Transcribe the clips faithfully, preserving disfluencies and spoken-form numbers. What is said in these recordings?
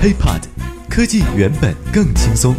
HeyPod， 科技原本更轻松。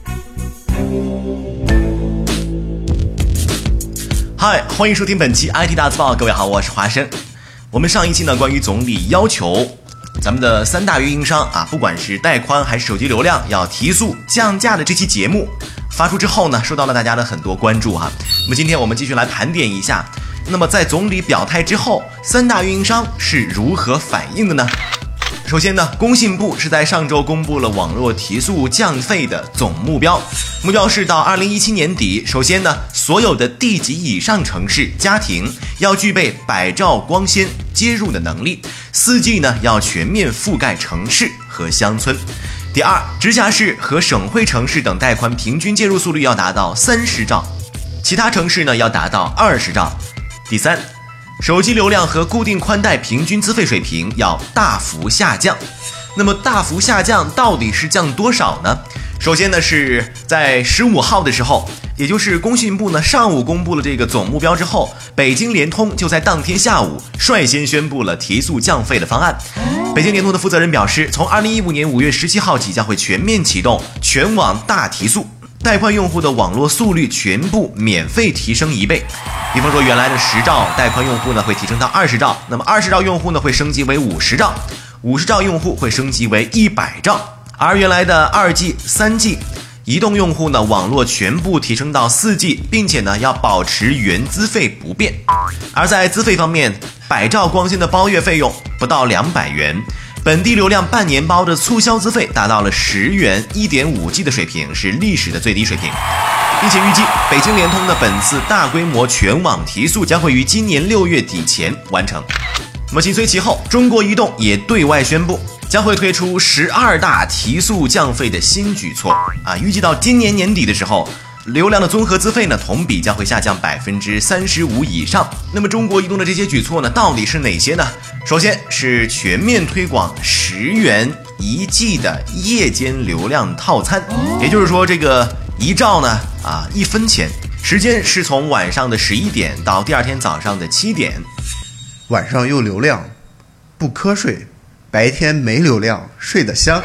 嗨，欢迎收听本期 I T 大字报，各位好，我是华生。我们上一期呢，关于总理要求咱们的三大运营商啊，不管是带宽还是手机流量，要提速降价的这期节目发出之后呢，受到了大家的很多关注哈。那么今天我们继续来盘点一下，那么在总理表态之后，三大运营商是如何反应的呢？首先呢，工信部是在上周公布了网络提速降费的总目标，目标是到二零一七年底，首先呢，所有的地级以上城市家庭要具备百兆光纤接入的能力， 四 G 呢要全面覆盖城市和乡村。第二，直辖市和省会城市等带宽平均接入速率要达到三十兆，其他城市呢要达到二十兆。第三，手机流量和固定宽带平均资费水平要大幅下降。那么大幅下降到底是降多少呢？首先呢，是在十五号的时候，也就是工信部呢上午公布了这个总目标之后，北京联通就在当天下午率先宣布了提速降费的方案。北京联通的负责人表示，从二零一五年五月十七号起将会全面启动全网大提速，带宽用户的网络速率全部免费提升一倍。比方说原来的十兆带宽用户呢会提升到二十兆，那么二十兆用户呢会升级为五十兆，五十兆用户会升级为一百兆，而原来的二 G、三 G 移动用户呢网络全部提升到四 G， 并且呢要保持原资费不变。而在资费方面，百兆光纤的包月费用不到两百元，本地流量半年包的促销资费达到了十元 一点五 G 的水平，是历史的最低水平，并且预计北京联通的本次大规模全网提速将会于今年六月底前完成。那么紧随其后，中国移动也对外宣布将会推出十二大提速降费的新举措啊，预计到今年年底的时候，流量的综合资费呢同比将会下降百分之三十五以上。那么中国移动的这些举措呢，到底是哪些呢？首先是全面推广十元一 G 的夜间流量套餐，也就是说这个一兆呢啊一分钱，时间是从晚上的十一点到第二天早上的七点。 晚上有流量不瞌睡，白天没流量睡得香。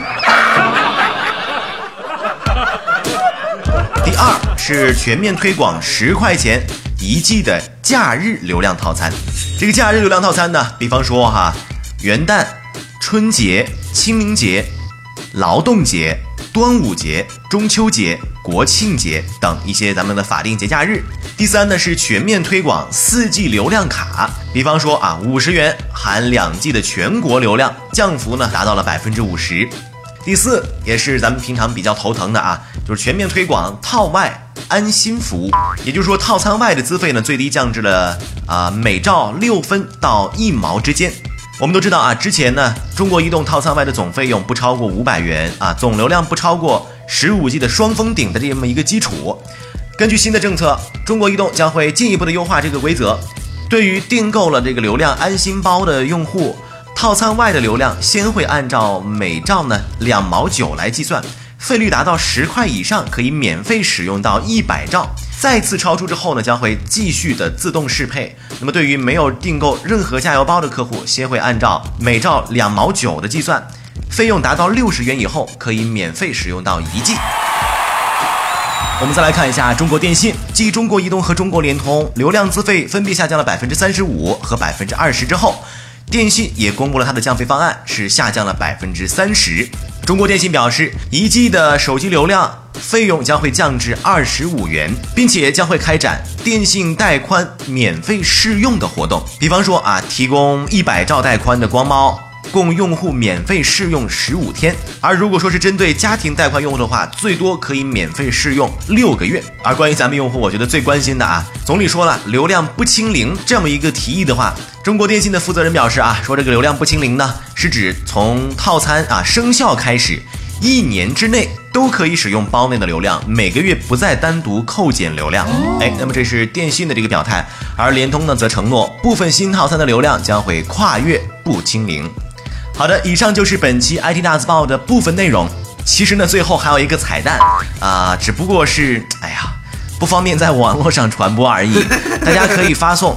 第二是全面推广十块钱一 G 的假日流量套餐。这个假日流量套餐呢，比方说哈，元旦、春节、清明节、劳动节、端午节、中秋节、国庆节等一些咱们的法定节假日。第三呢是全面推广 四 G 流量卡，比方说啊五十元含两 G 的全国流量，降幅呢达到了百分之五十。第四也是咱们平常比较头疼的啊，就是全面推广套外安心服务，也就是说套餐外的资费呢最低降至了啊、呃、每兆六分到一毛之间。我们都知道啊，之前呢中国移动套餐外的总费用不超过五百元啊，总流量不超过十五 G 的双封顶的这么一个基础。根据新的政策，中国移动将会进一步的优化这个规则，对于订购了这个流量安心包的用户，套餐外的流量先会按照每兆呢两毛九来计算，费率达到十块以上可以免费使用到一百兆，再次超出之后呢将会继续的自动适配。那么对于没有订购任何加油包的客户，先会按照每兆两毛九的计算，费用达到六十元以后可以免费使用到一 G。我们再来看一下中国电信，继中国移动和中国联通流量资费分别下降了百分之三十五和百分之二十之后，电信也公布了它的降费方案，是下降了百分之三十。中国电信表示，一 G 的手机流量费用将会降至二十五元，并且将会开展电信带宽免费试用的活动。比方说啊，提供一百兆带宽的光猫，供用户免费试用十五天，而如果说是针对家庭带宽用户的话，最多可以免费试用六个月。而关于咱们用户，我觉得最关心的啊，总理说了流量不清零这么一个提议的话，中国电信的负责人表示啊，说这个流量不清零呢，是指从套餐啊生效开始，一年之内都可以使用包内的流量，每个月不再单独扣减流量。哎，那么这是电信的这个表态，而联通呢则承诺部分新套餐的流量将会跨越不清零。好的，以上就是本期 I T 大字报的部分内容。其实呢，最后还有一个彩蛋啊、呃，只不过是，哎呀，不方便在网络上传播而已。大家可以发送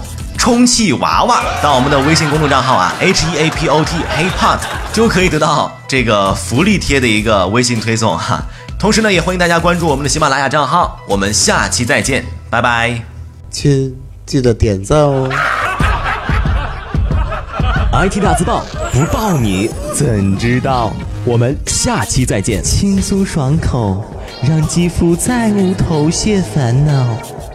充气娃娃，到我们的微信公众账号啊 H E A P O T HeyPod 就可以得到这个福利贴的一个微信推送哈。同时呢，也欢迎大家关注我们的喜马拉雅账号，我们下期再见，拜拜。 亲，记得点赞哦。 I T 大字报不报你怎知道？我们下期再见。 轻松爽口，让肌肤再无头屑烦恼。